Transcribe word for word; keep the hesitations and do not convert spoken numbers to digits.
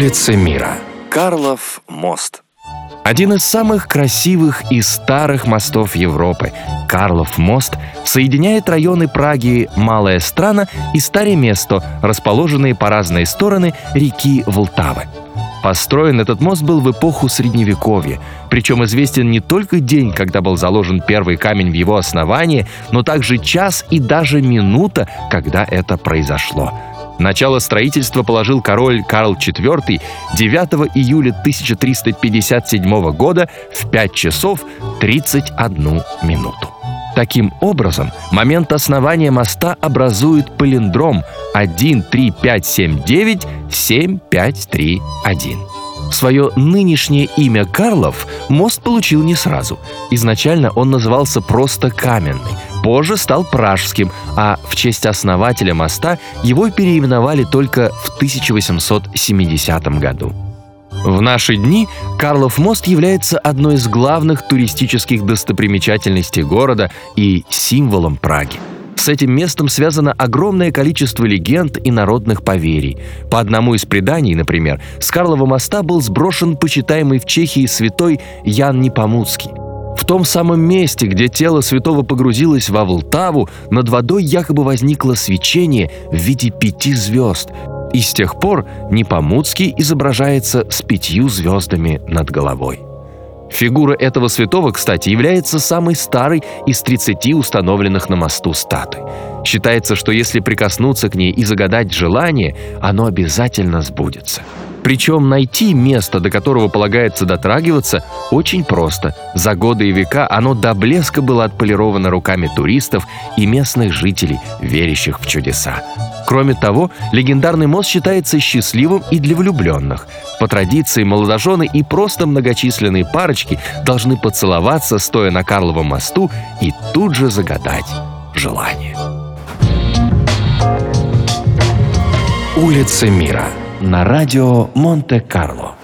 Улицы мира. Карлов мост. Один из самых красивых и старых мостов Европы, Карлов мост, соединяет районы Праги Малая Страна и Старе Место, расположенные по разные стороны реки Влтавы. Построен этот мост был в эпоху Средневековья, причем известен не только день, когда был заложен первый камень в его основании, но также час и даже минута, когда это произошло. Начало строительства положил король Карл четвёртый девятого июля тысяча триста пятьдесят седьмого года в пять часов тридцать одну минуту. Таким образом, момент основания моста образует палиндром один три пять семь девять семь пять три один. Свое нынешнее имя Карлов мост получил не сразу. Изначально он назывался просто Каменный, позже стал Пражским, а в честь основателя моста его переименовали только в тысяча восемьсот семидесятом году. В наши дни Карлов мост является одной из главных туристических достопримечательностей города и символом Праги. С этим местом связано огромное количество легенд и народных поверий. По одному из преданий, например, с Карлова моста был сброшен почитаемый в Чехии святой Ян Непомуцкий. В том самом месте, где тело святого погрузилось во Влтаву, над водой якобы возникло свечение в виде пяти звезд. И с тех пор Непомуцкий изображается с пятью звездами над головой. Фигура этого святого, кстати, является самой старой из тридцати установленных на мосту статуй. Считается, что если прикоснуться к ней и загадать желание, оно обязательно сбудется. Причем найти место, до которого полагается дотрагиваться, очень просто. За годы и века оно до блеска было отполировано руками туристов и местных жителей, верящих в чудеса. Кроме того, легендарный мост считается счастливым и для влюбленных. По традиции, молодожены и просто многочисленные парочки должны поцеловаться, стоя на Карловом мосту, и тут же загадать желание. Улицы мира. На радио Монте-Карло.